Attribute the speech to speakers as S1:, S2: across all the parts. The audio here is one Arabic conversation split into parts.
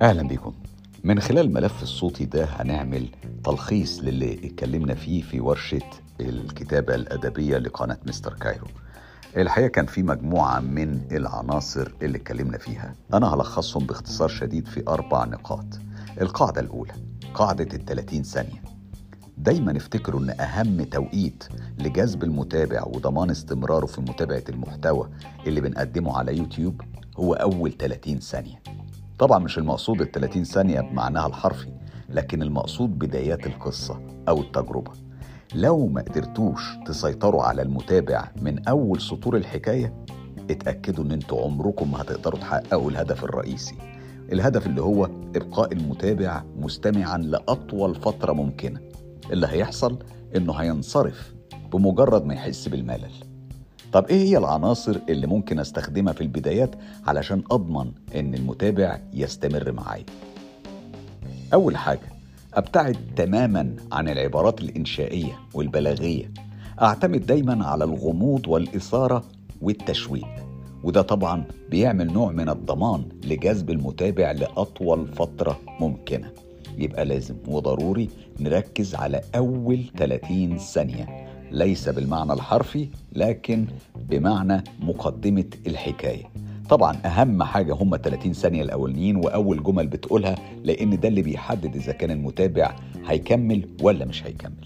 S1: أهلا بكم. من خلال الملف الصوتي ده هنعمل تلخيص للي اتكلمنا فيه في ورشة الكتابة الأدبية لقناة مستر كايرو. الحقيقة كان في مجموعة من العناصر اللي اتكلمنا فيها، أنا هلخصهم باختصار شديد في 4 نقاط. القاعدة الأولى قاعدة 30 ثانية. دايما افتكروا ان اهم توقيت لجذب المتابع وضمان استمراره في متابعة المحتوى اللي بنقدمه على يوتيوب هو اول 30 ثانية. طبعا مش المقصود 30 ثانية بمعناها الحرفي، لكن المقصود بدايات القصة او التجربة. لو ما قدرتوش تسيطروا على المتابع من اول سطور الحكاية، اتأكدوا ان انتوا عمركم ما هتقدروا تحققوا الهدف الرئيسي، الهدف اللي هو ابقاء المتابع مستمعا لأطول فترة ممكنة. اللي هيحصل انه هينصرف بمجرد ما يحس بالملل. طب ايه هي العناصر اللي ممكن استخدمها في البدايات علشان اضمن ان المتابع يستمر معايا؟ اول حاجة، ابتعد تماما عن العبارات الانشائية والبلاغية. اعتمد دايما على الغموض والاثارة والتشويق، وده طبعا بيعمل نوع من الضمان لجذب المتابع لأطول فترة ممكنة. يبقى لازم وضروري نركز على أول 30 ثانية، ليس بالمعنى الحرفي لكن بمعنى مقدمة الحكاية. طبعا أهم حاجة هم 30 ثانية الأولين وأول جمل بتقولها، لأن ده اللي بيحدد إذا كان المتابع هيكمل ولا مش هيكمل.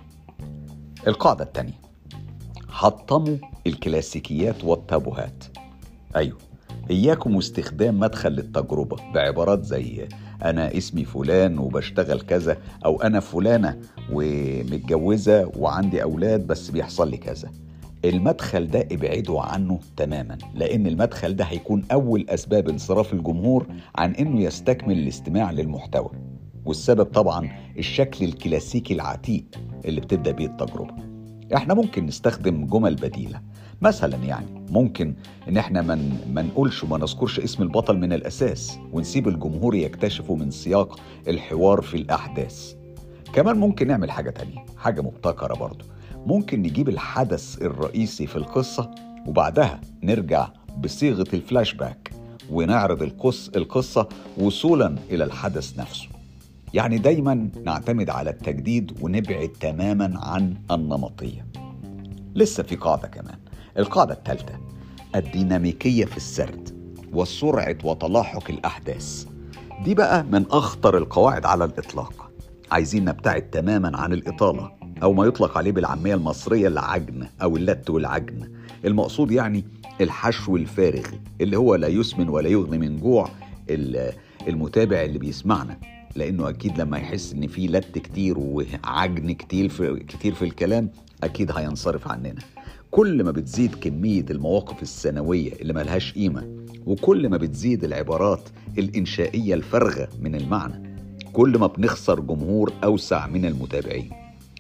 S1: القاعدة الثانية، حطموا الكلاسيكيات والتابوهات. أيوه، إياكم واستخدام مدخل للتجربة بعبارات زي أنا اسمي فلان وبشتغل كذا، أو أنا فلانة ومتجوزة وعندي أولاد بس بيحصل لي كذا. المدخل ده ابعدوا عنه تماما، لأن المدخل ده هيكون أول أسباب انصراف الجمهور عن إنه يستكمل الاستماع للمحتوى، والسبب طبعا الشكل الكلاسيكي العتيق اللي بتبدأ بيه التجربة. احنا ممكن نستخدم جمل بديلة، مثلا يعني ممكن ان احنا ما نقولش وما نذكرش اسم البطل من الاساس، ونسيب الجمهور يكتشفوا من سياق الحوار في الاحداث. كمان ممكن نعمل حاجة تانية، حاجة مبتكرة برضو. ممكن نجيب الحدث الرئيسي في القصة وبعدها نرجع بصيغة الفلاش باك ونعرض القصة وصولا الى الحدث نفسه. يعني دايما نعتمد على التجديد ونبعد تماما عن النمطية. لسه في قاعدة كمان، القاعدة الثالثة، الديناميكية في السرد وسرعة وتلاحق الأحداث. دي بقى من أخطر القواعد على الإطلاق. عايزين نبتعد تماما عن الإطالة، أو ما يطلق عليه بالعامية المصرية العجن أو اللت والعجن. المقصود يعني الحشو الفارغ اللي هو لا يسمن ولا يغني من جوع المتابع اللي بيسمعنا، لأنه أكيد لما يحس إن في لت كتير وعجن كتير في الكلام أكيد هينصرف عننا. كل ما بتزيد كمية المواقف الثانوية اللي ملهاش قيمة، وكل ما بتزيد العبارات الإنشائية الفارغة من المعنى، كل ما بنخسر جمهور أوسع من المتابعين.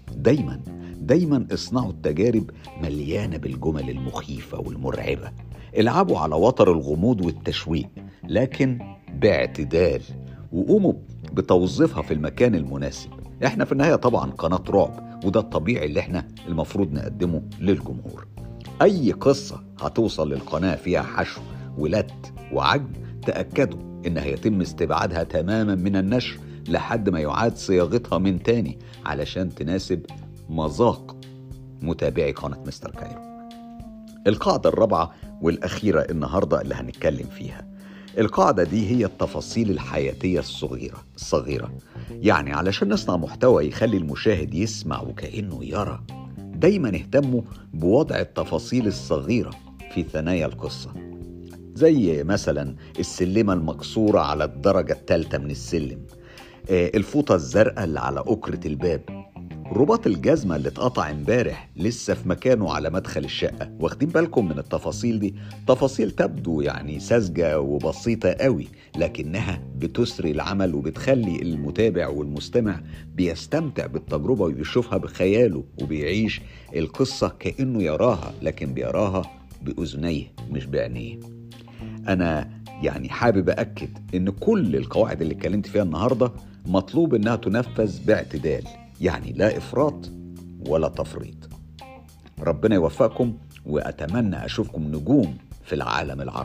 S1: دايما اصنعوا التجارب مليانة بالجمل المخيفة والمرعبة. العبوا على وتر الغموض والتشويق، لكن باعتدال، وقوموا بتوظيفها في المكان المناسب. احنا في النهاية طبعا قناة رعب، وده الطبيعي اللي احنا المفروض نقدمه للجمهور. اي قصة هتوصل للقناة فيها حشو ولت وعجن، تأكدوا انها يتم استبعادها تماما من النشر لحد ما يعاد صياغتها من تاني علشان تناسب مذاق متابعي قناة مستر كايرو. القاعدة الرابعة والأخيرة النهاردة اللي هنتكلم فيها، القاعدة دي هي التفاصيل الحياتية الصغيرة. يعني علشان نصنع محتوى يخلي المشاهد يسمع وكأنه يرى، دايما اهتموا بوضع التفاصيل الصغيرة في ثنايا القصة، زي مثلا السلمة المكسورة على الدرجة الثالثة من السلم، الفوطة الزرقاء اللي على أكرة الباب، رباط الجزمة اللي اتقطع امبارح لسه في مكانه على مدخل الشقة. واخدين بالكم من التفاصيل دي؟ تفاصيل تبدو يعني ساذجة وبسيطة قوي، لكنها بتسري العمل وبتخلي المتابع والمستمع بيستمتع بالتجربة وبيشوفها بخياله وبيعيش القصة كأنه يراها، لكن بيراها بأذنيه مش بعينيه. أنا يعني حابب أكد إن كل القواعد اللي اتكلمت فيها النهاردة مطلوب إنها تنفذ باعتدال، يعني لا إفراط ولا تفريط. ربنا يوفقكم، وأتمنى أشوفكم نجوم في العالم العربي.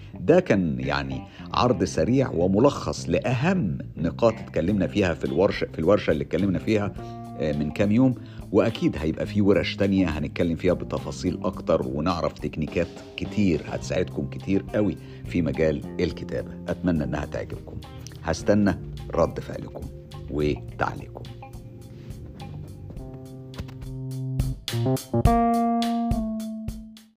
S1: ده كان يعني عرض سريع وملخص لأهم نقاط اتكلمنا فيها في الورشة اللي اتكلمنا فيها من كام يوم. وأكيد هيبقى في ورش تانية هنتكلم فيها بتفاصيل أكتر ونعرف تكنيكات كتير هتساعدكم كتير قوي في مجال الكتابة. أتمنى أنها تعجبكم. هستنى رد فعلكم وتعليقكم.